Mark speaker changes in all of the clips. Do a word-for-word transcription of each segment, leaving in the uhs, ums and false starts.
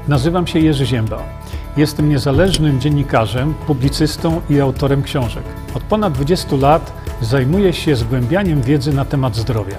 Speaker 1: Nazywam się Jerzy Ziemba. Jestem niezależnym dziennikarzem, publicystą i autorem książek. Od ponad dwudziestu lat zajmuję się zgłębianiem wiedzy na temat zdrowia.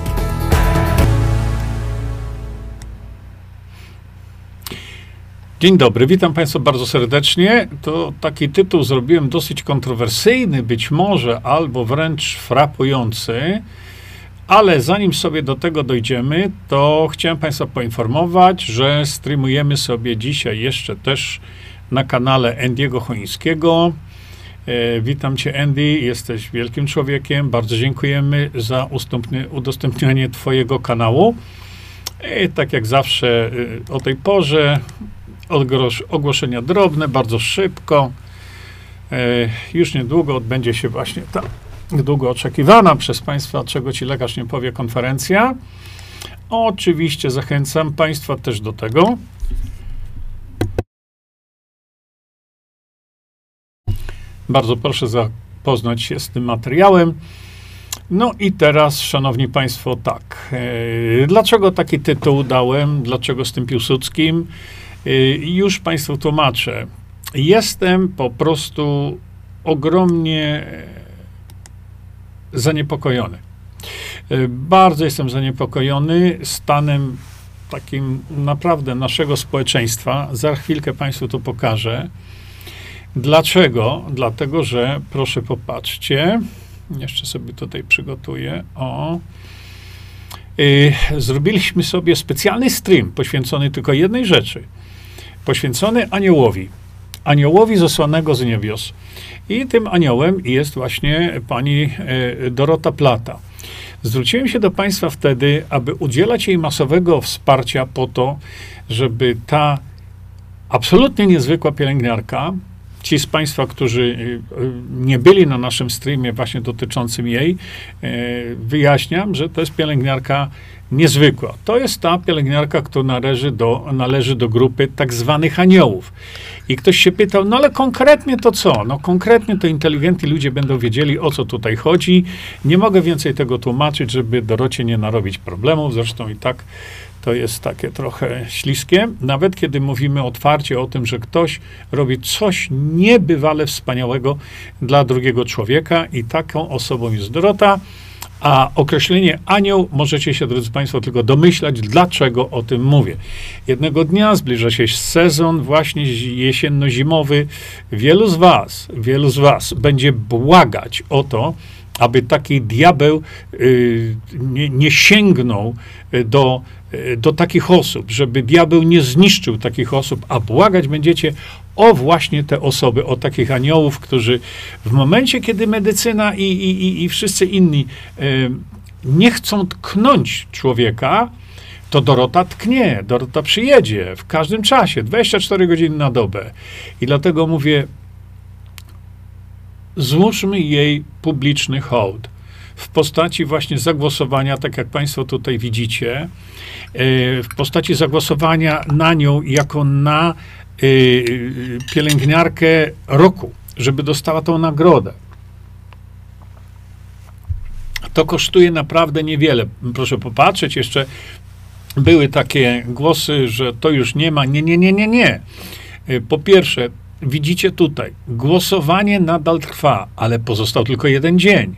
Speaker 1: Dzień dobry, witam Państwa bardzo serdecznie. To taki tytuł zrobiłem dosyć kontrowersyjny, być może, albo wręcz frapujący, ale zanim sobie do tego dojdziemy, to chciałem Państwa poinformować, że streamujemy sobie dzisiaj jeszcze też na kanale Andy'ego Chońskiego. E, witam Cię, Andy, jesteś wielkim człowiekiem, bardzo dziękujemy za ustępny, udostępnianie Twojego kanału. I tak jak zawsze e, o tej porze, ogłoszenia drobne, bardzo szybko. E, już niedługo odbędzie się właśnie ta długo oczekiwana przez Państwa, czego Ci lekarz nie powie, konferencja. Oczywiście zachęcam Państwa też do tego. Bardzo proszę zapoznać się z tym materiałem. No i teraz, Szanowni Państwo, tak. E, dlaczego taki tytuł dałem? Dlaczego z tym Piłsudskim? E, już Państwu tłumaczę. Jestem po prostu ogromnie zaniepokojony. Bardzo jestem zaniepokojony stanem takim naprawdę naszego społeczeństwa. Za chwilkę Państwu to pokażę. Dlaczego? Dlatego, że proszę popatrzcie, jeszcze sobie tutaj przygotuję. O. Yy, zrobiliśmy sobie specjalny stream poświęcony tylko jednej rzeczy. Poświęcony aniołowi. Aniołowi zesłanego z niebios. I tym aniołem jest właśnie pani Dorota Plata. Zwróciłem się do Państwa wtedy, aby udzielać jej masowego wsparcia po to, żeby ta absolutnie niezwykła pielęgniarka, ci z Państwa, którzy nie byli na naszym streamie właśnie dotyczącym jej, wyjaśniam, że to jest pielęgniarka niezwykła. To jest ta pielęgniarka, która należy do, należy do grupy tak zwanych aniołów. I ktoś się pytał, no ale konkretnie to co? No konkretnie to inteligentni ludzie będą wiedzieli, o co tutaj chodzi. Nie mogę więcej tego tłumaczyć, żeby Dorocie nie narobić problemów. Zresztą i tak to jest takie trochę śliskie. Nawet kiedy mówimy otwarcie o tym, że ktoś robi coś niebywale wspaniałego dla drugiego człowieka i taką osobą jest Dorota. A określenie anioł możecie się, drodzy Państwo, tylko domyślać, dlaczego o tym mówię. Jednego dnia zbliża się sezon właśnie jesienno-zimowy. Wielu z was, wielu z was będzie błagać o to, aby taki diabeł y, nie, nie sięgnął do, y, do takich osób, żeby diabeł nie zniszczył takich osób, a błagać będziecie o właśnie te osoby, o takich aniołów, którzy w momencie, kiedy medycyna i, i, i wszyscy inni y, nie chcą tknąć człowieka, to Dorota tknie, Dorota przyjedzie w każdym czasie, dwadzieścia cztery godziny na dobę. I dlatego mówię, złóżmy jej publiczny hołd w postaci właśnie zagłosowania, tak jak Państwo tutaj widzicie, w postaci zagłosowania na nią jako na pielęgniarkę roku, żeby dostała tą nagrodę. To kosztuje naprawdę niewiele. Proszę popatrzeć, jeszcze były takie głosy, że to już nie ma. Nie, nie, nie, nie, nie. Po pierwsze, widzicie tutaj, głosowanie nadal trwa, ale pozostał tylko jeden dzień.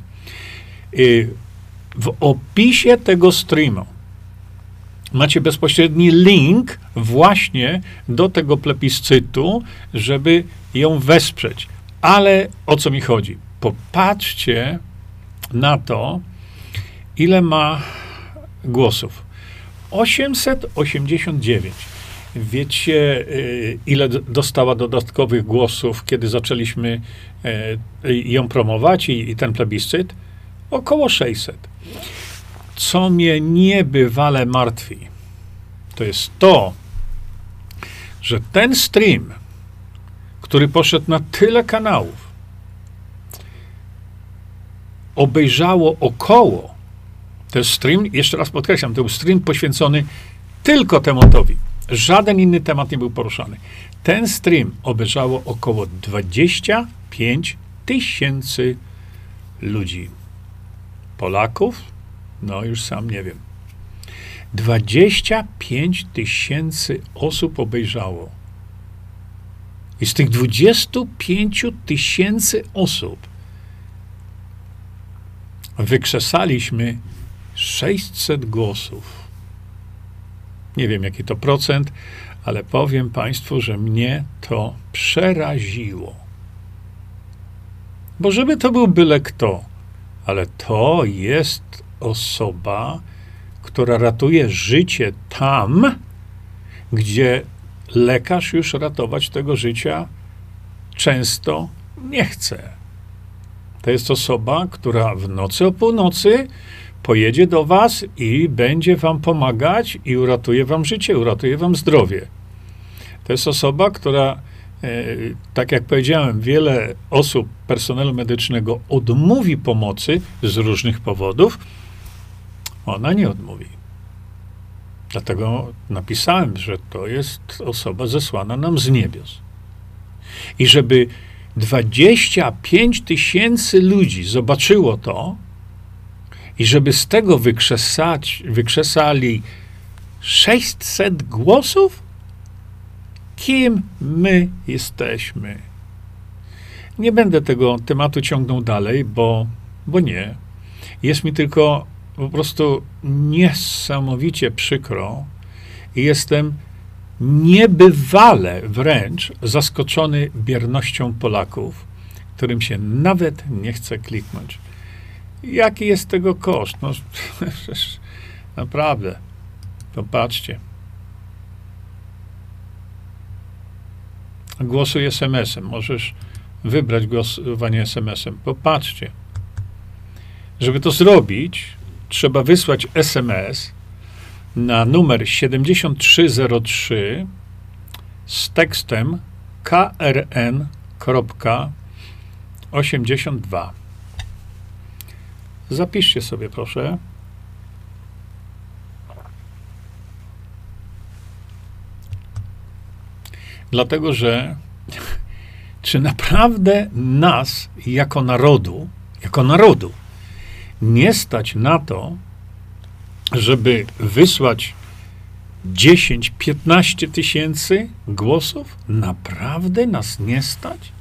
Speaker 1: W opisie tego streamu macie bezpośredni link właśnie do tego plebiscytu, żeby ją wesprzeć. Ale o co mi chodzi? Popatrzcie na to, ile ma głosów. osiemset osiemdziesiąt dziewięć. Wiecie, ile dostała dodatkowych głosów, kiedy zaczęliśmy ją promować i, i ten plebiscyt? Około sześćset. Co mnie niebywale martwi, to jest to, że ten stream, który poszedł na tyle kanałów, obejrzało około, to jest stream, jeszcze raz podkreślam, to był stream poświęcony tylko tematowi. Żaden inny temat nie był poruszany. Ten stream obejrzało około dwadzieścia pięć tysięcy ludzi. Polaków? No już sam nie wiem. dwadzieścia pięć tysięcy osób obejrzało. I z tych dwudziestu pięciu tysięcy osób wykrzesaliśmy sześćset głosów. Nie wiem, jaki to procent, ale powiem Państwu, że mnie to przeraziło. Bo żeby to był byle kto, ale to jest osoba, która ratuje życie tam, gdzie lekarz już ratować tego życia często nie chce. To jest osoba, która w nocy o północy pojedzie do was i będzie wam pomagać i uratuje wam życie, uratuje wam zdrowie. To jest osoba, która, e, tak jak powiedziałem, wiele osób personelu medycznego odmówi pomocy z różnych powodów. Ona nie odmówi. Dlatego napisałem, że to jest osoba zesłana nam z niebios. I żeby dwadzieścia pięć tysięcy ludzi zobaczyło to i żeby z tego wykrzesać, wykrzesali sześćset głosów, kim my jesteśmy? Nie będę tego tematu ciągnął dalej, bo, bo nie. Jest mi tylko po prostu niesamowicie przykro i jestem niebywale wręcz zaskoczony biernością Polaków, którym się nawet nie chce kliknąć. Jaki jest tego koszt? No, naprawdę. Popatrzcie. Głosuj es em esem. Możesz wybrać głosowanie es em esem. Popatrzcie. Żeby to zrobić, trzeba wysłać es em es na numer siedemdziesiąt trzy zero trzy z tekstem K R N osiemdziesiąt dwa. Zapiszcie sobie, proszę. Dlatego, że czy naprawdę nas jako narodu, jako narodu nie stać na to, żeby wysłać dziesięć piętnaście tysięcy głosów? Naprawdę nas nie stać?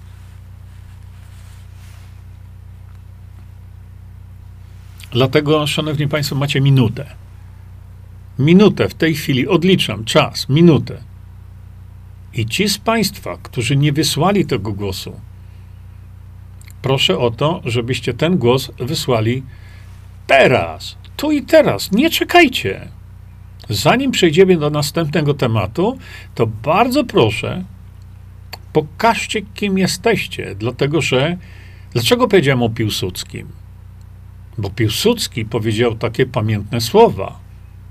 Speaker 1: Dlatego, szanowni państwo, macie minutę. Minutę w tej chwili odliczam czas, minutę. I ci z państwa, którzy nie wysłali tego głosu, proszę o to, żebyście ten głos wysłali teraz, tu i teraz. Nie czekajcie. Zanim przejdziemy do następnego tematu, to bardzo proszę, pokażcie, kim jesteście. Dlatego, że... Dlaczego powiedziałem o Piłsudskim? Bo Piłsudski powiedział takie pamiętne słowa.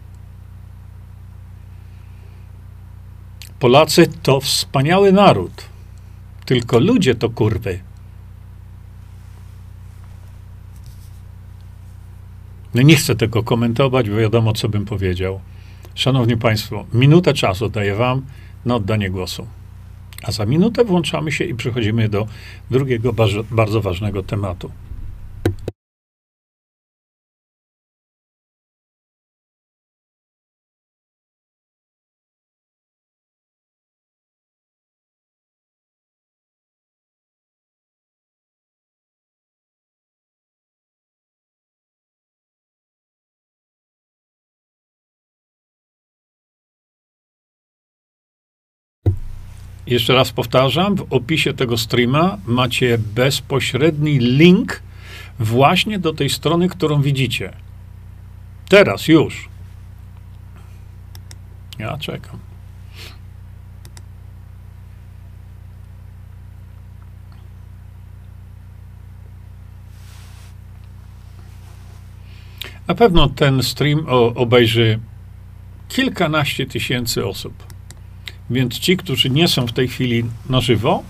Speaker 1: Polacy to wspaniały naród, tylko ludzie to kurwy. No nie chcę tego komentować, bo wiadomo, co bym powiedział. Szanowni państwo, minutę czasu daję wam na oddanie głosu. A za minutę włączamy się i przechodzimy do drugiego bardzo, bardzo ważnego tematu. Jeszcze raz powtarzam, w opisie tego streama macie bezpośredni link właśnie do tej strony, którą widzicie. Teraz, już. Ja czekam. Na pewno ten stream obejrzy kilkanaście tysięcy osób. Więc ci, którzy nie są w tej chwili na żywo,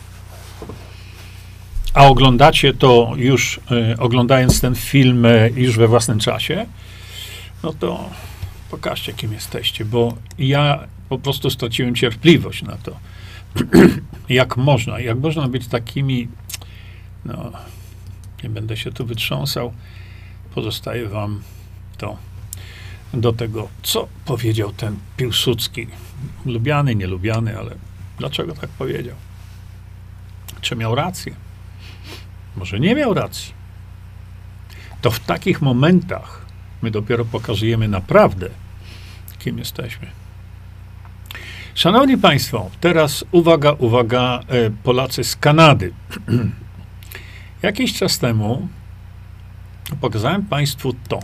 Speaker 1: a oglądacie to już, y, oglądając ten film y, już we własnym czasie, no to pokażcie, kim jesteście, bo ja po prostu straciłem cierpliwość na to. Jak można, jak można być takimi, no, nie będę się tu wytrząsał, pozostaje wam to. do tego, co powiedział ten Piłsudski. Lubiany, nielubiany, ale dlaczego tak powiedział? Czy miał rację? Może nie miał racji. To w takich momentach my dopiero pokazujemy naprawdę, kim jesteśmy. Szanowni Państwo, teraz uwaga, uwaga, Polacy z Kanady. Jakiś czas temu pokazałem Państwu to.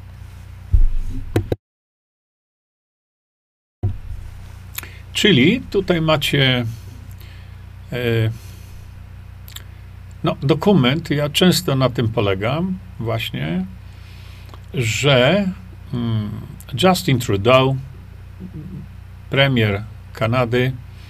Speaker 1: Czyli tutaj macie e, no, dokument, ja często na tym polegam właśnie, że mm, Justin Trudeau, premier Kanady,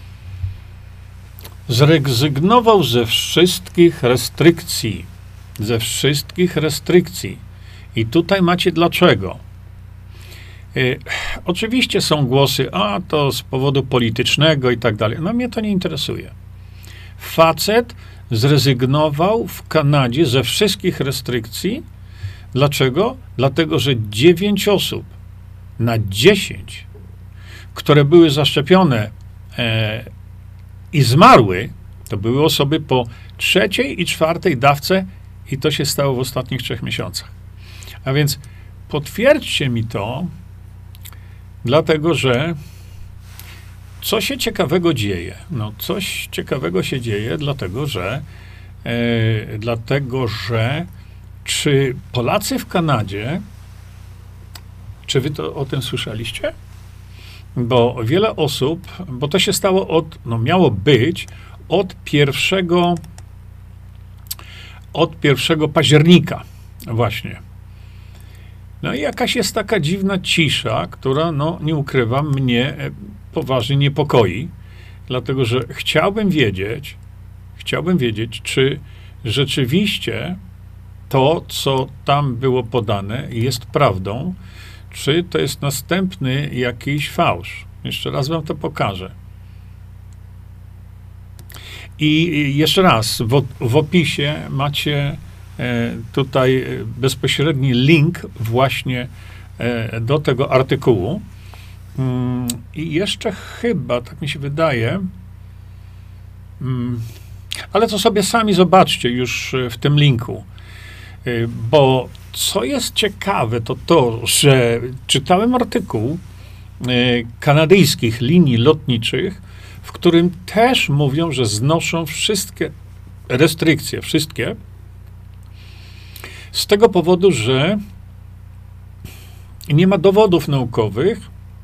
Speaker 1: zrezygnował ze wszystkich restrykcji. Ze wszystkich restrykcji. I tutaj macie dlaczego. Y, oczywiście są głosy, a to z powodu politycznego i tak dalej. No mnie to nie interesuje. Facet zrezygnował w Kanadzie ze wszystkich restrykcji. Dlaczego? Dlatego, że dziewięć osób na dziesięć, które były zaszczepione e, i zmarły, to były osoby po trzeciej i czwartej dawce i to się stało w ostatnich trzech miesiącach. A więc potwierdźcie mi to, dlatego że co się ciekawego dzieje? No coś ciekawego się dzieje, dlatego że e, dlatego, że czy Polacy w Kanadzie, czy wy to o tym słyszeliście? Bo wiele osób, bo to się stało od, no miało być od pierwszego, od pierwszego października właśnie. No i jakaś jest taka dziwna cisza, która, no nie ukrywam, mnie poważnie niepokoi, dlatego że chciałbym wiedzieć, chciałbym wiedzieć, czy rzeczywiście to, co tam było podane, jest prawdą, czy to jest następny jakiś fałsz. Jeszcze raz wam to pokażę. I jeszcze raz, w, w opisie macie e, tutaj bezpośredni link właśnie e, do tego artykułu. Mm, I jeszcze chyba, tak mi się wydaje, mm, ale to sobie sami zobaczcie już w tym linku. E, bo co jest ciekawe, to to, że czytałem artykuł e, kanadyjskich linii lotniczych, w którym też mówią, że znoszą wszystkie restrykcje, wszystkie, z tego powodu, że nie ma dowodów naukowych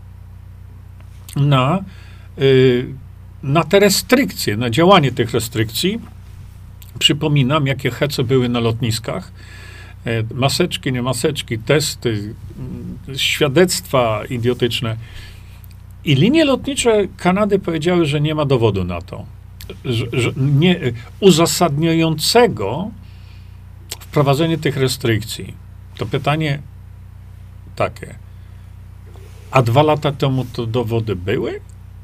Speaker 1: na, y, na te restrykcje, na działanie tych restrykcji. Przypominam, jakie hece były na lotniskach. Maseczki, nie maseczki, testy, świadectwa idiotyczne. I linie lotnicze Kanady powiedziały, że nie ma dowodu na to, że, że nie, uzasadniającego wprowadzenie tych restrykcji. To pytanie takie, a dwa lata temu to dowody były?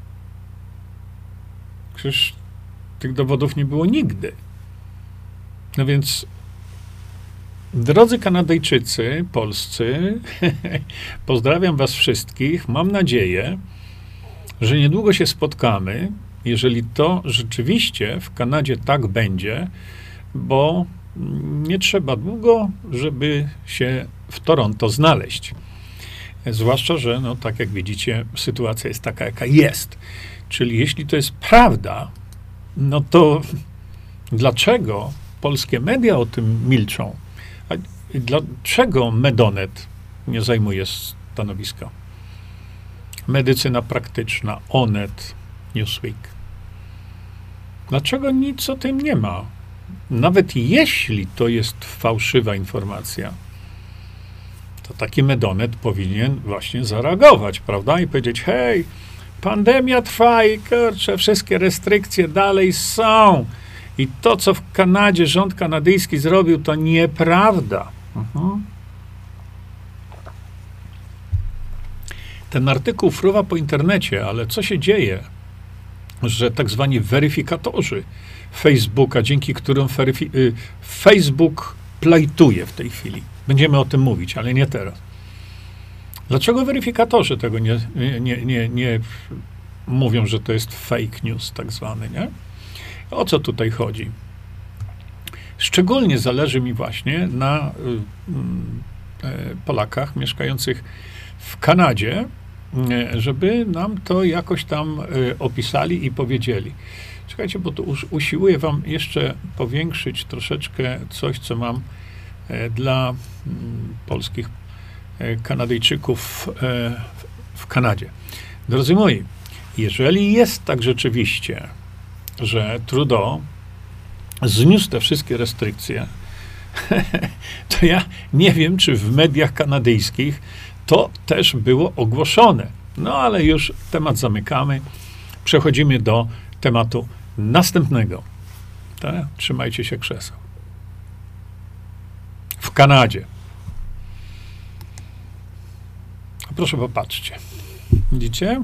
Speaker 1: Przecież tych dowodów nie było nigdy. No więc, drodzy Kanadyjczycy, polscy, pozdrawiam was wszystkich. Mam nadzieję, że niedługo się spotkamy, jeżeli to rzeczywiście w Kanadzie tak będzie, bo nie trzeba długo, żeby się w Toronto znaleźć. Zwłaszcza, że, no, tak jak widzicie, sytuacja jest taka, jaka jest. Czyli jeśli to jest prawda, no to dlaczego polskie media o tym milczą? A dlaczego Medonet nie zajmuje stanowiska? Medycyna praktyczna, Onet, Newsweek. Dlaczego nic o tym nie ma? Nawet jeśli to jest fałszywa informacja, to taki Medonet powinien właśnie zareagować, prawda? I powiedzieć, hej, pandemia trwa i kurczę, wszystkie restrykcje dalej są. I to, co w Kanadzie rząd kanadyjski zrobił, to nieprawda. Mhm. Ten artykuł fruwa po internecie, ale co się dzieje? Że tak zwani weryfikatorzy Facebooka, dzięki którym y, Facebook plajtuje w tej chwili. Będziemy o tym mówić, ale nie teraz. Dlaczego weryfikatorzy tego nie, nie, nie, nie mówią, że to jest fake news tak zwany, nie? O co tutaj chodzi? Szczególnie zależy mi właśnie na y, y, Polakach mieszkających w Kanadzie, y, żeby nam to jakoś tam y, opisali i powiedzieli. Czekajcie, bo tu już usiłuję wam jeszcze powiększyć troszeczkę coś, co mam y, dla y, polskich y, Kanadyjczyków y, w Kanadzie. Drodzy moi, jeżeli jest tak rzeczywiście, że Trudeau zniósł te wszystkie restrykcje, to ja nie wiem, czy w mediach kanadyjskich to też było ogłoszone. No ale już temat zamykamy. Przechodzimy do tematu następnego. Tak? Trzymajcie się krzeseł. W Kanadzie. Proszę popatrzcie. Widzicie?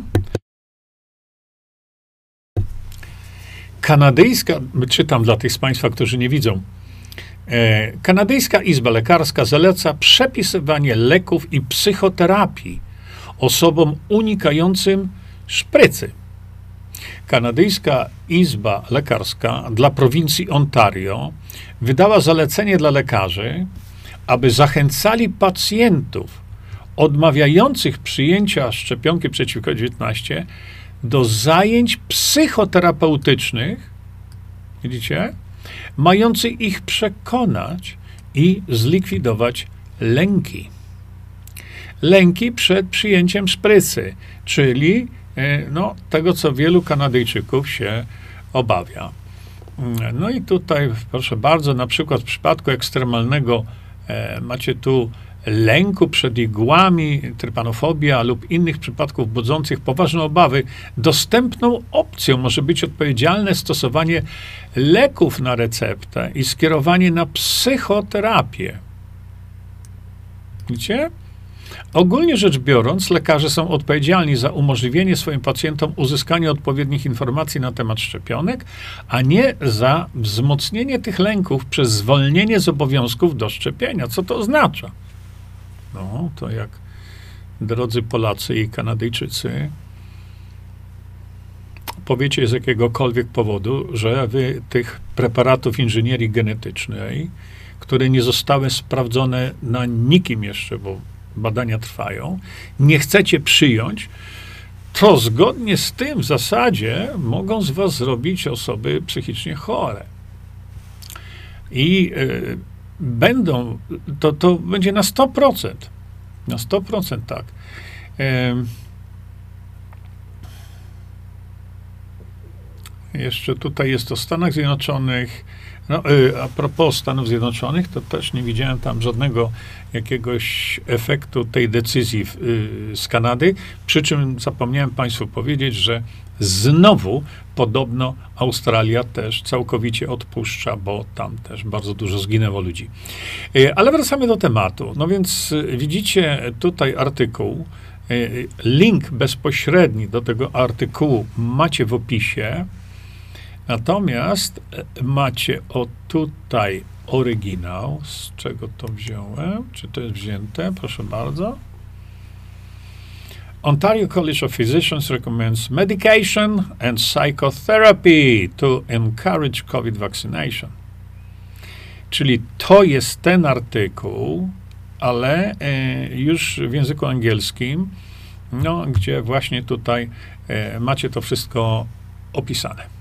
Speaker 1: Kanadyjska, czytam dla tych z Państwa, którzy nie widzą. E, Kanadyjska Izba Lekarska zaleca przepisywanie leków i psychoterapii osobom unikającym szprycy. Kanadyjska Izba Lekarska dla prowincji Ontario wydała zalecenie dla lekarzy, aby zachęcali pacjentów odmawiających przyjęcia szczepionki przeciw COVID dziewiętnaście do zajęć psychoterapeutycznych, widzicie, mających ich przekonać i zlikwidować lęki. Lęki przed przyjęciem szprycy, czyli no, tego, co wielu Kanadyjczyków się obawia. No i tutaj, proszę bardzo, na przykład w przypadku ekstremalnego e, macie tu lęku przed igłami, trypanofobia lub innych przypadków budzących poważne obawy, dostępną opcją może być odpowiedzialne stosowanie leków na receptę i skierowanie na psychoterapię. Widzicie? Ogólnie rzecz biorąc, lekarze są odpowiedzialni za umożliwienie swoim pacjentom uzyskania odpowiednich informacji na temat szczepionek, a nie za wzmocnienie tych lęków przez zwolnienie z obowiązków do szczepienia. Co to oznacza? No, to jak drodzy Polacy i Kanadyjczycy powiecie z jakiegokolwiek powodu, że wy tych preparatów inżynierii genetycznej, które nie zostały sprawdzone na nikim jeszcze, bo badania trwają, nie chcecie przyjąć, to zgodnie z tym w zasadzie mogą z was zrobić osoby psychicznie chore. I y, będą, to, to będzie na sto procent. Na sto procent tak. Y, jeszcze tutaj jest o Stanach Zjednoczonych. No, y, a propos Stanów Zjednoczonych, to też nie widziałem tam żadnego jakiegoś efektu tej decyzji w, y, z Kanady, przy czym zapomniałem Państwu powiedzieć, że znowu podobno Australia też całkowicie odpuszcza, bo tam też bardzo dużo zginęło ludzi. Y, ale wracamy do tematu. No więc y, widzicie tutaj artykuł, y, link bezpośredni do tego artykułu macie w opisie. Natomiast macie o tutaj oryginał, z czego to wziąłem, czy to jest wzięte, proszę bardzo. Ontario College of Physicians recommends medication and psychotherapy to encourage COVID vaccination. Czyli to jest ten artykuł, ale e, już w języku angielskim, no, gdzie właśnie tutaj e, macie to wszystko opisane.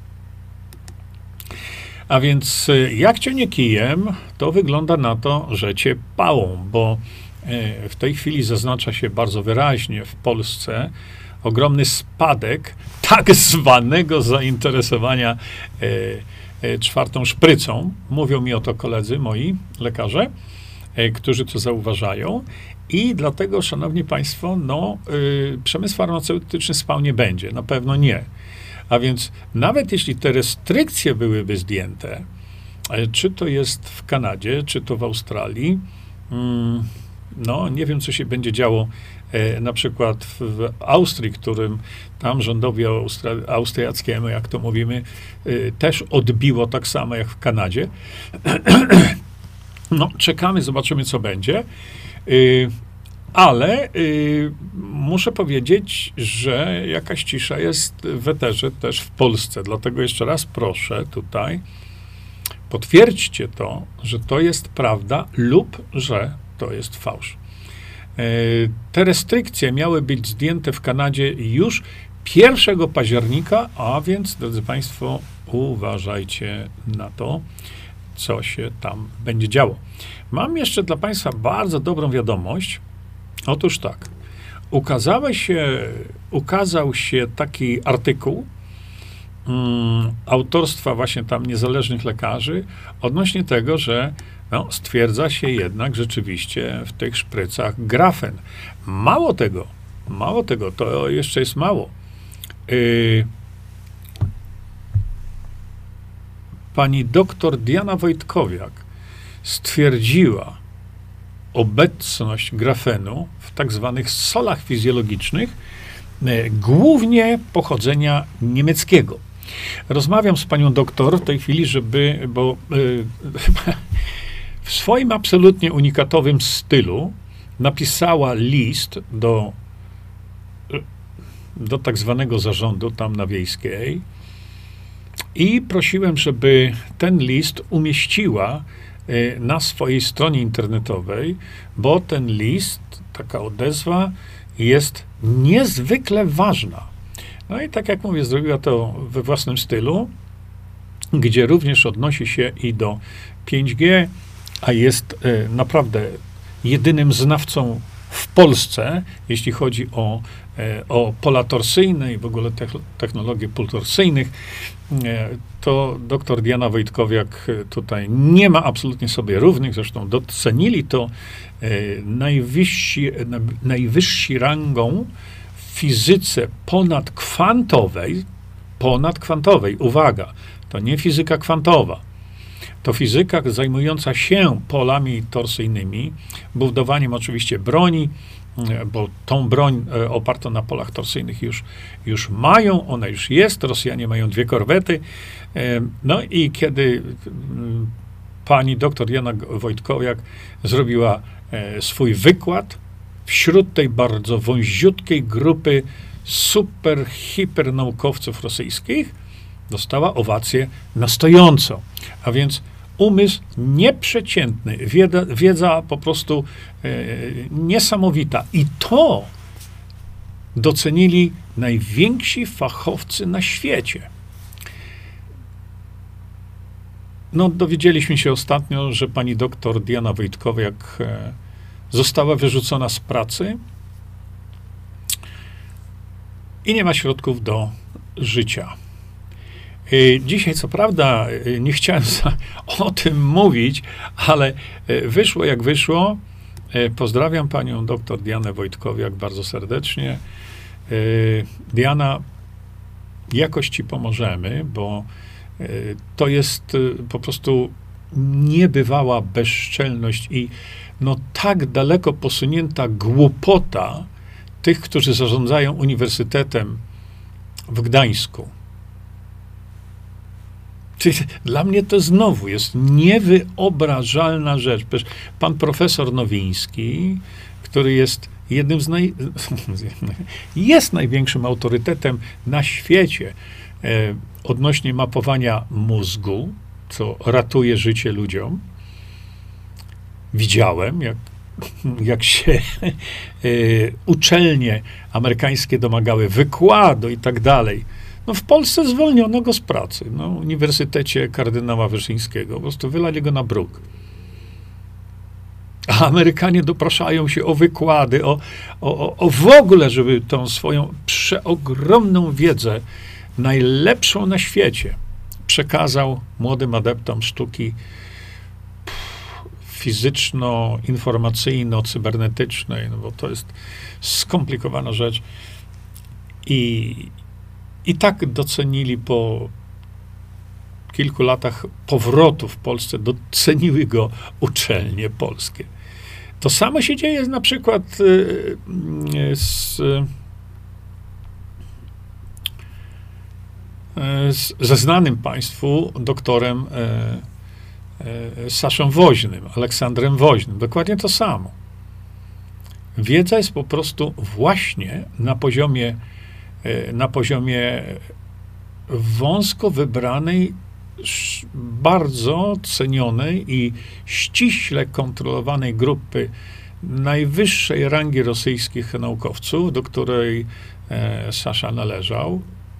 Speaker 1: A więc jak cię nie kijem, to wygląda na to, że cię pałą, bo w tej chwili zaznacza się bardzo wyraźnie w Polsce ogromny spadek tak zwanego zainteresowania czwartą szprycą. Mówią mi o to koledzy moi, lekarze, którzy to zauważają. I dlatego, szanowni państwo, no, przemysł farmaceutyczny spał nie będzie, na pewno nie. A więc nawet jeśli te restrykcje byłyby zdjęte, czy to jest w Kanadzie, czy to w Australii, no nie wiem, co się będzie działo na przykład w Austrii, którym tam rządowi austra- austriackiemu, jak to mówimy, też odbiło tak samo jak w Kanadzie. No czekamy, zobaczymy, co będzie. Ale y, muszę powiedzieć, że jakaś cisza jest w eterze też w Polsce. Dlatego jeszcze raz proszę tutaj, potwierdźcie to, że to jest prawda lub że to jest fałsz. Y, te restrykcje miały być zdjęte w Kanadzie już pierwszego października, a więc, drodzy Państwo, uważajcie na to, co się tam będzie działo. Mam jeszcze dla Państwa bardzo dobrą wiadomość. Otóż tak, ukazały się, ukazał się taki artykuł um, autorstwa właśnie tam niezależnych lekarzy odnośnie tego, że no, stwierdza się jednak rzeczywiście w tych szprycach grafen. Mało tego, mało tego, to jeszcze jest mało. Yy, pani doktor Diana Wojtkowiak stwierdziła obecność grafenu w tak zwanych solach fizjologicznych, e, głównie pochodzenia niemieckiego. Rozmawiam z panią doktor w tej chwili, żeby, bo e, w swoim absolutnie unikatowym stylu napisała list do, do tak zwanego zarządu tam na Wiejskiej i prosiłem, żeby ten list umieściła na swojej stronie internetowej, bo ten list, taka odezwa jest niezwykle ważna. No i tak jak mówię, zrobiła to we własnym stylu, gdzie również odnosi się i do pięć G, a jest e, naprawdę jedynym znawcą w Polsce, jeśli chodzi o, e, o pola torsyjne i w ogóle technologie pól torsyjnych, e, to doktor Diana Wojtkowiak tutaj nie ma absolutnie sobie równych, zresztą docenili to e, najwyżsi, na, najwyżsi rangą w fizyce ponadkwantowej, ponadkwantowej, uwaga, to nie fizyka kwantowa, to fizyka zajmująca się polami torsyjnymi, budowaniem oczywiście broni, bo tą broń opartą na polach torsyjnych już, już mają, ona już jest, Rosjanie mają dwie korwety. No i kiedy pani doktor Jana Wojtkowiak zrobiła swój wykład, wśród tej bardzo wąziutkiej grupy super, hiper naukowców rosyjskich dostała owację na stojąco. A więc umysł nieprzeciętny, wiedza, wiedza po prostu e, niesamowita. I to docenili najwięksi fachowcy na świecie. No, dowiedzieliśmy się ostatnio, że pani doktor Diana Wojtkowiak e, została wyrzucona z pracy i nie ma środków do życia. Dzisiaj, co prawda, nie chciałem o tym mówić, ale wyszło jak wyszło. Pozdrawiam panią doktor Dianę Wojtkowiak bardzo serdecznie. Diana, jakoś ci pomożemy, bo to jest po prostu niebywała bezczelność i no tak daleko posunięta głupota tych, którzy zarządzają Uniwersytetem w Gdańsku. Dla mnie to znowu jest niewyobrażalna rzecz. Przecież pan profesor Nowiński, który jest jednym z naj... jest największym autorytetem na świecie e, odnośnie mapowania mózgu, co ratuje życie ludziom. Widziałem, jak, jak się e, uczelnie amerykańskie domagały wykładu i tak dalej. No w Polsce zwolniono go z pracy. No, w Uniwersytecie kardynała Wyszyńskiego. Po prostu wylali go na bruk. A Amerykanie dopraszają się o wykłady, o, o, o w ogóle, żeby tą swoją przeogromną wiedzę, najlepszą na świecie, przekazał młodym adeptom sztuki fizyczno-informacyjno-cybernetycznej, no bo to jest skomplikowana rzecz. I I tak docenili po kilku latach powrotu w Polsce, doceniły go uczelnie polskie. To samo się dzieje na przykład z, z, ze znanym państwu doktorem Saszą Woźnym, Aleksandrem Woźnym. Dokładnie to samo. Wiedza jest po prostu właśnie na poziomie, na poziomie wąsko wybranej, bardzo cenionej i ściśle kontrolowanej grupy najwyższej rangi rosyjskich naukowców, do której e, Sasza należał,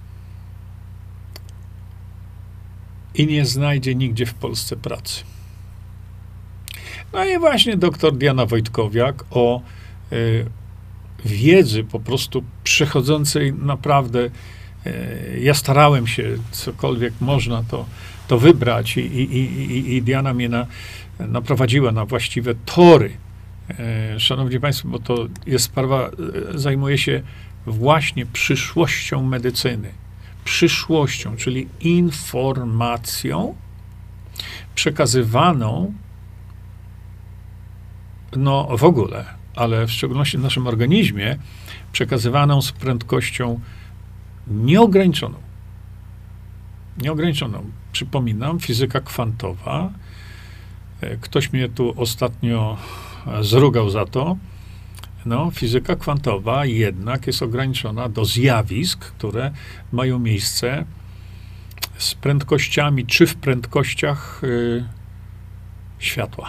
Speaker 1: i nie znajdzie nigdzie w Polsce pracy. No i właśnie doktor Diana Wojtkowiak o y, wiedzy po prostu przechodzącej naprawdę, y, ja starałem się, cokolwiek można to, to wybrać i, i, i, i Diana mnie na, naprowadziła na właściwe tory. Y, szanowni Państwo, bo to jest sprawa, y, zajmuje się właśnie przyszłością medycyny. Przyszłością, czyli informacją przekazywaną no w ogóle, ale w szczególności w naszym organizmie, przekazywaną z prędkością nieograniczoną. Nieograniczoną. Przypominam, fizyka kwantowa. Ktoś mnie tu ostatnio zrugał za to. No, fizyka kwantowa jednak jest ograniczona do zjawisk, które mają miejsce z prędkościami, czy w prędkościach y, światła.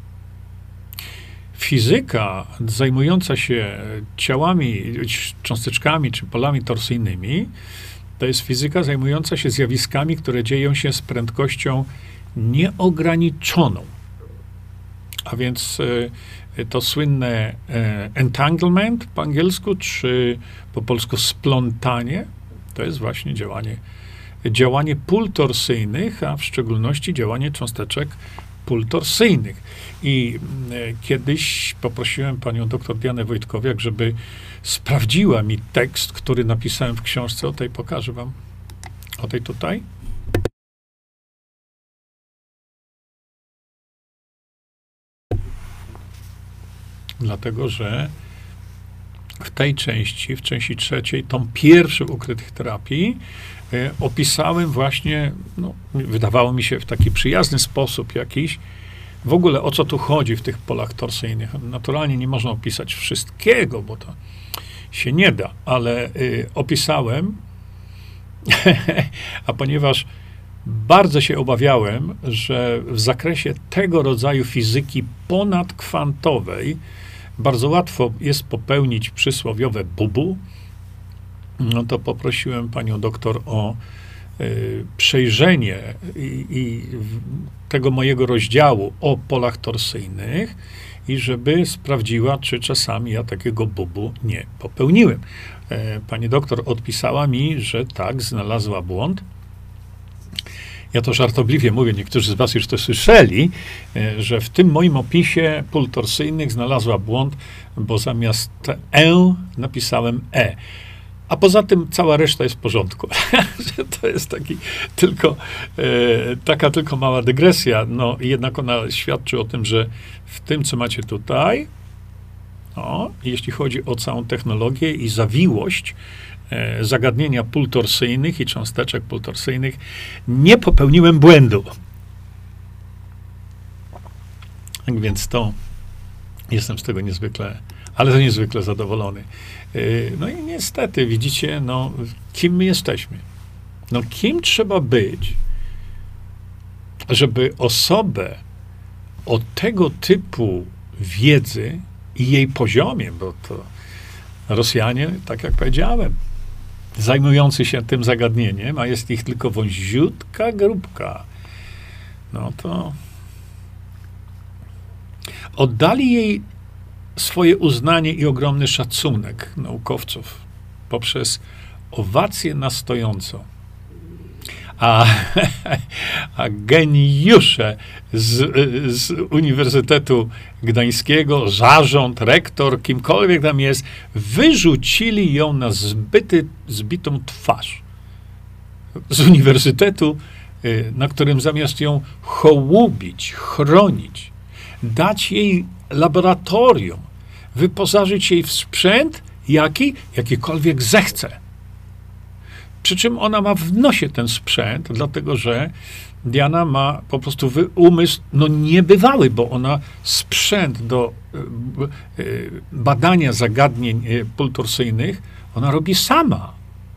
Speaker 1: Fizyka zajmująca się ciałami, cząsteczkami, czy polami torsyjnymi, to jest fizyka zajmująca się zjawiskami, które dzieją się z prędkością nieograniczoną. A więc y, to słynne e, entanglement po angielsku, czy po polsku splątanie, to jest właśnie działanie, działanie pól torsyjnych, a w szczególności działanie cząsteczek pól torsyjnych. I e, kiedyś poprosiłem panią doktor Dianę Wojtkowiak, żeby sprawdziła mi tekst, który napisałem w książce, o tej pokażę wam, o tej tutaj. Dlatego, że w tej części, w części trzeciej, tą pierwszą ukrytych terapii, y, opisałem właśnie, no, wydawało mi się w taki przyjazny sposób jakiś, w ogóle o co tu chodzi w tych polach torsyjnych. Naturalnie nie można opisać wszystkiego, bo to się nie da, ale y, opisałem, a ponieważ bardzo się obawiałem, że w zakresie tego rodzaju fizyki ponadkwantowej bardzo łatwo jest popełnić przysłowiowe bubu, no to poprosiłem panią doktor o y, przejrzenie i, i tego mojego rozdziału o polach torsyjnych i żeby sprawdziła, czy czasami ja takiego bubu nie popełniłem. E, pani doktor odpisała mi, że tak, znalazła błąd. Ja to żartobliwie mówię, niektórzy z was już to słyszeli, że w tym moim opisie pól torsyjnych znalazła błąd, bo zamiast E napisałem E. A poza tym cała reszta jest w porządku. To jest taki tylko, e, taka tylko mała dygresja. No jednak ona świadczy o tym, że w tym, co macie tutaj, o, jeśli chodzi o całą technologię i zawiłość e, zagadnienia pól torsyjnych i cząsteczek pól torsyjnych, nie popełniłem błędu. Tak więc to jestem z tego niezwykle, ale to niezwykle zadowolony. E, no i niestety, widzicie, no, kim my jesteśmy? No, kim trzeba być, żeby osobę o tego typu wiedzy i jej poziomie, bo to Rosjanie, tak jak powiedziałem, zajmujący się tym zagadnieniem, a jest ich tylko wąziutka grupka, no to oddali jej swoje uznanie i ogromny szacunek naukowców poprzez owację na stojąco. A, a geniusze z, z Uniwersytetu Gdańskiego, zarząd, rektor, kimkolwiek tam jest, wyrzucili ją na zbyty, zbitą twarz z uniwersytetu, na którym zamiast ją hołubić, chronić, dać jej laboratorium, wyposażyć jej w sprzęt, jaki, jakikolwiek zechce. Przy czym ona ma w nosie ten sprzęt, dlatego że Diana ma po prostu umysł no niebywały, bo ona sprzęt do badania zagadnień pultorsyjnych, ona robi sama.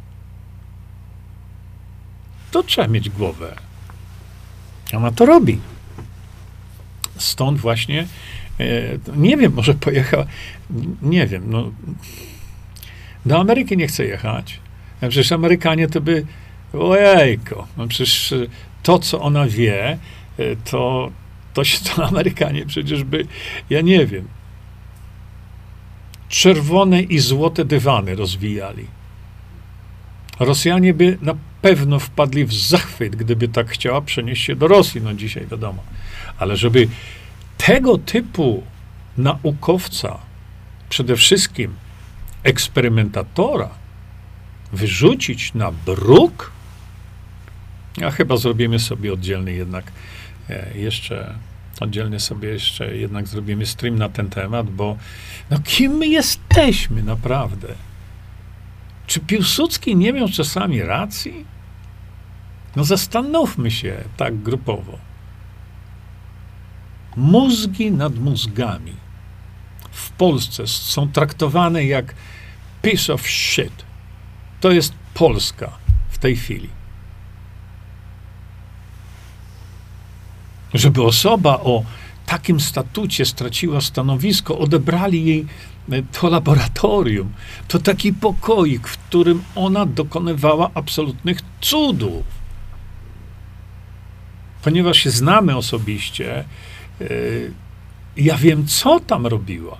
Speaker 1: To trzeba mieć głowę. Ona to robi. Stąd właśnie, nie wiem, może pojechała, nie wiem, no, do Ameryki nie chce jechać. A przecież Amerykanie to by, ojejko, no przecież to, co ona wie, to, to się to Amerykanie przecież by, ja nie wiem, czerwone i złote dywany rozwijali. Rosjanie by na pewno wpadli w zachwyt, gdyby tak chciała przenieść się do Rosji, no dzisiaj wiadomo. Ale żeby tego typu naukowca, przede wszystkim eksperymentatora, wyrzucić na bruk, a chyba zrobimy sobie oddzielny jednak e, jeszcze, oddzielnie sobie jeszcze jednak zrobimy stream na ten temat, bo no kim my jesteśmy naprawdę? Czy Piłsudski nie miał czasami racji? No zastanówmy się tak grupowo. Mózgi nad mózgami w Polsce są traktowane jak piece of shit. To jest Polska w tej chwili. Żeby osoba o takim statucie straciła stanowisko, odebrali jej to laboratorium, to taki pokoik, w którym ona dokonywała absolutnych cudów. Ponieważ się znamy osobiście, yy, ja wiem, co tam robiła.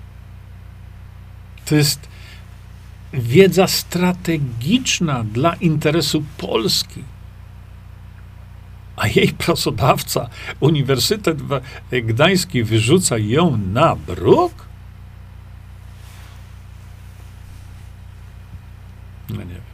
Speaker 1: To jest wiedza strategiczna dla interesu Polski. A jej pracodawca, Uniwersytet Gdański, wyrzuca ją na bruk? No nie wiem.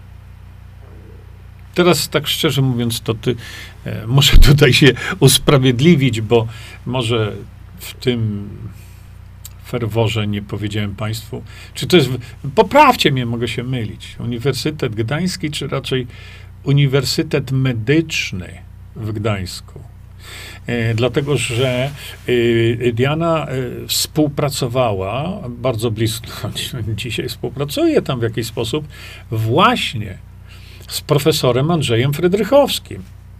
Speaker 1: Teraz tak szczerze mówiąc, to ty, e, muszę tutaj się usprawiedliwić, bo może w tym ferworze nie powiedziałem państwu, czy to jest, poprawcie mnie, mogę się mylić, Uniwersytet Gdański, czy raczej Uniwersytet Medyczny w Gdańsku. E, dlatego, że e, Diana e, współpracowała bardzo blisko, dzisiaj współpracuje tam w jakiś sposób, właśnie z profesorem Andrzejem Frydrychowskim,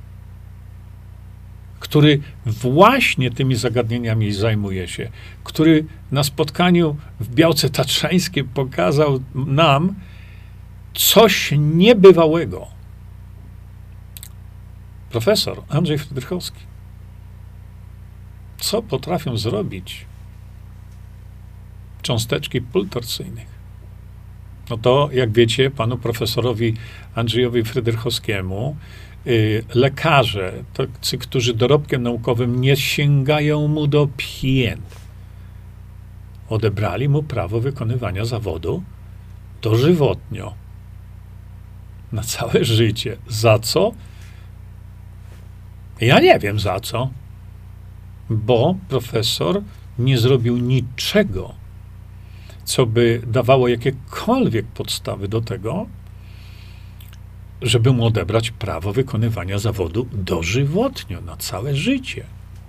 Speaker 1: który właśnie tymi zagadnieniami zajmuje się, który na spotkaniu w Białce Tatrzańskiej pokazał nam coś niebywałego. Profesor Andrzej Frydrychowski. Co potrafią zrobić cząsteczki pultorsyjnych? No to, jak wiecie, panu profesorowi Andrzejowi Frydrychowskiemu yy, lekarze, tacy, którzy dorobkiem naukowym nie sięgają mu do pięt, odebrali mu prawo wykonywania zawodu dożywotnio. Na całe życie. Za co? Ja nie wiem za co, bo profesor nie zrobił niczego, co by dawało jakiekolwiek podstawy do tego, żeby mu odebrać prawo wykonywania zawodu dożywotnio, na całe życie.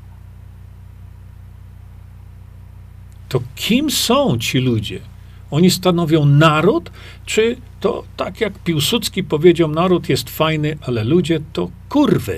Speaker 1: To kim są ci ludzie? Oni stanowią naród, czy to tak jak Piłsudski powiedział, naród jest fajny, ale ludzie to kurwy.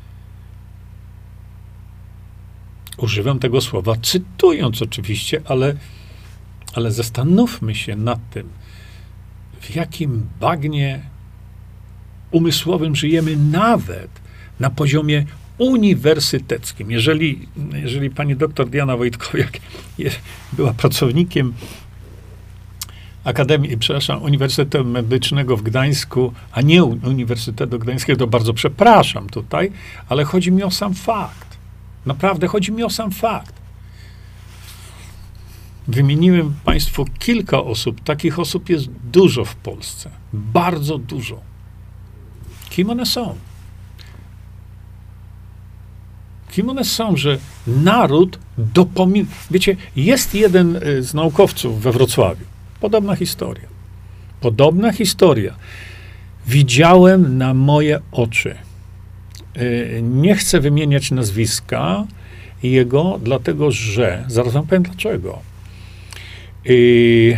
Speaker 1: Używam tego słowa cytując oczywiście, ale, ale zastanówmy się nad tym, w jakim bagnie umysłowym żyjemy nawet na poziomie uniwersyteckim. Jeżeli, jeżeli pani doktor Diana Wojtkowiak była pracownikiem Akademii, przepraszam, Uniwersytetu Medycznego w Gdańsku, a nie Uniwersytetu Gdańskiego, to bardzo przepraszam tutaj, ale chodzi mi o sam fakt. Naprawdę chodzi mi o sam fakt. Wymieniłem państwu kilka osób. Takich osób jest dużo w Polsce. Bardzo dużo. Kim one są? Kim one są, że naród dopomina... Wiecie, jest jeden z naukowców we Wrocławiu. Podobna historia. Podobna historia. Widziałem na moje oczy. Nie chcę wymieniać nazwiska jego, dlatego że, zaraz wam powiem dlaczego. I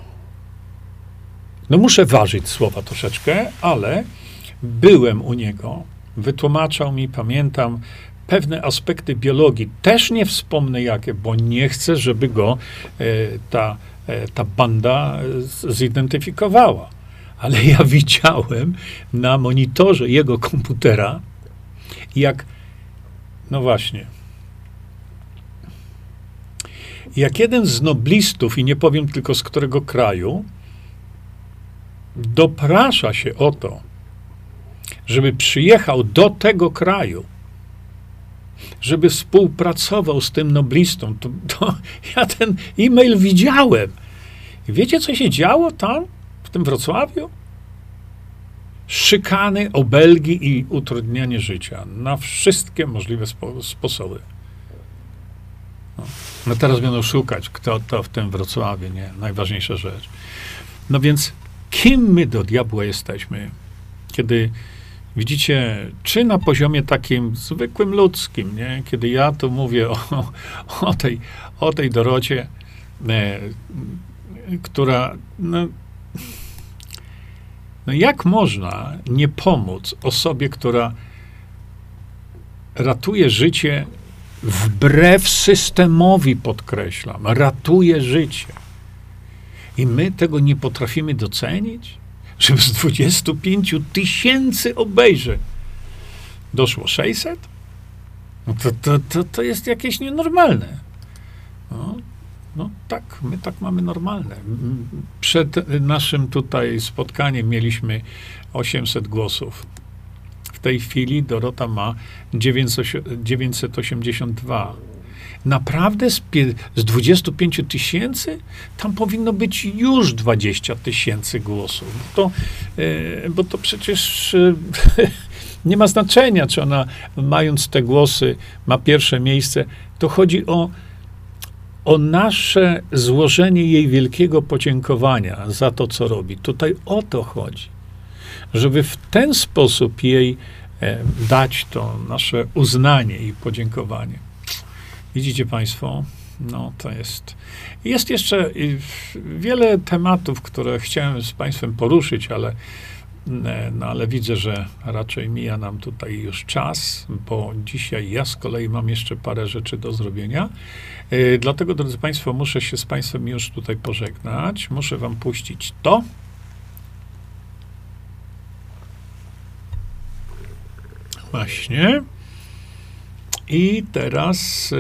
Speaker 1: no muszę ważyć słowa troszeczkę, ale byłem u niego, wytłumaczał mi, pamiętam, pewne aspekty biologii. Też nie wspomnę jakie, bo nie chcę, żeby go e, ta, e, ta banda z, zidentyfikowała. Ale ja widziałem na monitorze jego komputera, jak, no właśnie, jak jeden z noblistów, i nie powiem tylko z którego kraju, doprasza się o to, żeby przyjechał do tego kraju, żeby współpracował z tym noblistą, to, to ja ten e-mail widziałem. I wiecie, co się działo tam, w tym Wrocławiu? Szykany, obelgi i utrudnianie życia na wszystkie możliwe spo, sposoby. No. no teraz będą szukać, kto to w tym Wrocławiu, nie? Najważniejsza rzecz. No więc kim my do diabła jesteśmy, kiedy widzicie, czy na poziomie takim zwykłym ludzkim, nie? Kiedy ja tu mówię o, o, tej, o tej Dorocie, e, która, no, no jak można nie pomóc osobie, która ratuje życie wbrew systemowi, podkreślam, ratuje życie. I my tego nie potrafimy docenić? Żeby z dwudziestu pięciu tysięcy obejrzeń doszło sześćset? No to, to, to, to jest jakieś nienormalne. No, no tak, my tak mamy normalne. Przed naszym tutaj spotkaniem mieliśmy osiemset głosów. W tej chwili Dorota ma dziewięćset osiemdziesiąt dwa. Naprawdę z, pie, z dwudziestu pięciu tysięcy tam powinno być już dwadzieścia tysięcy głosów. Bo to, e, bo to przecież e, nie ma znaczenia, czy ona, mając te głosy, ma pierwsze miejsce. To chodzi o, o nasze złożenie jej wielkiego podziękowania za to, co robi. Tutaj o to chodzi. Żeby w ten sposób jej e, dać to nasze uznanie i podziękowanie. Widzicie Państwo, no to jest. Jest jeszcze wiele tematów, które chciałem z Państwem poruszyć, ale, no, ale widzę, że raczej mija nam tutaj już czas, bo dzisiaj ja z kolei mam jeszcze parę rzeczy do zrobienia. Yy, dlatego, drodzy Państwo, muszę się z Państwem już tutaj pożegnać. Muszę Wam puścić to. Właśnie. I teraz e,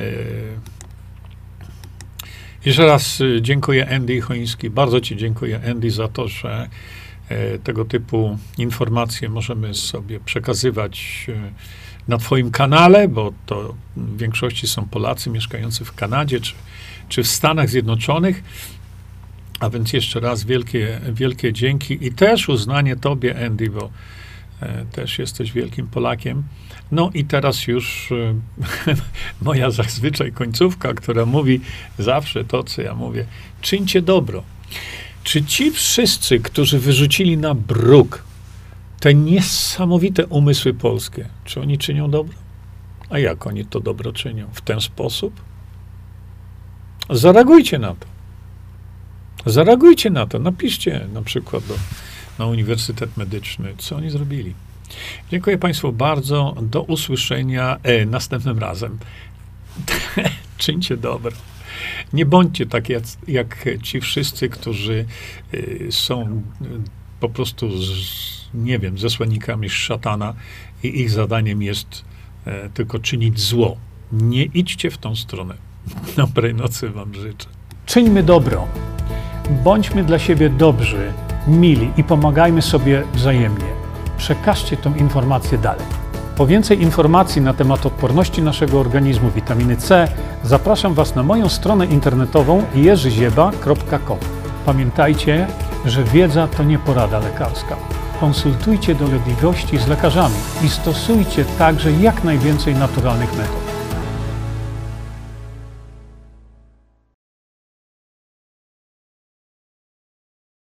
Speaker 1: jeszcze raz dziękuję Andy Choński. Bardzo Ci dziękuję, Andy, za to, że e, tego typu informacje możemy sobie przekazywać e, na Twoim kanale, bo to w większości są Polacy mieszkający w Kanadzie czy, czy w Stanach Zjednoczonych. A więc jeszcze raz wielkie, wielkie dzięki i też uznanie Tobie, Andy, bo e, też jesteś wielkim Polakiem. No i teraz już e, moja zazwyczaj końcówka, która mówi zawsze to, co ja mówię. Czyńcie dobro. Czy ci wszyscy, którzy wyrzucili na bruk te niesamowite umysły polskie, czy oni czynią dobro? A jak oni to dobro czynią? W ten sposób? Zareagujcie na to. Zareagujcie na to. Napiszcie na przykład do, na Uniwersytet Medyczny, co oni zrobili. Dziękuję Państwu bardzo. Do usłyszenia e, następnym razem. Czyńcie dobro. Nie bądźcie tak jak, jak ci wszyscy, którzy y, są y, po prostu, z, nie wiem, zesłannikami szatana i ich zadaniem jest y, tylko czynić zło. Nie idźcie w tą stronę. Dobrej nocy Wam życzę. Czyńmy dobro. Bądźmy dla siebie dobrzy, mili i pomagajmy sobie wzajemnie. Przekażcie tę informację dalej. Po więcej informacji na temat odporności naszego organizmu witaminy C zapraszam Was na moją stronę internetową jerzy zieba kropka com. Pamiętajcie, że wiedza to nie porada lekarska. Konsultujcie dolegliwości z lekarzami i stosujcie także jak najwięcej naturalnych metod.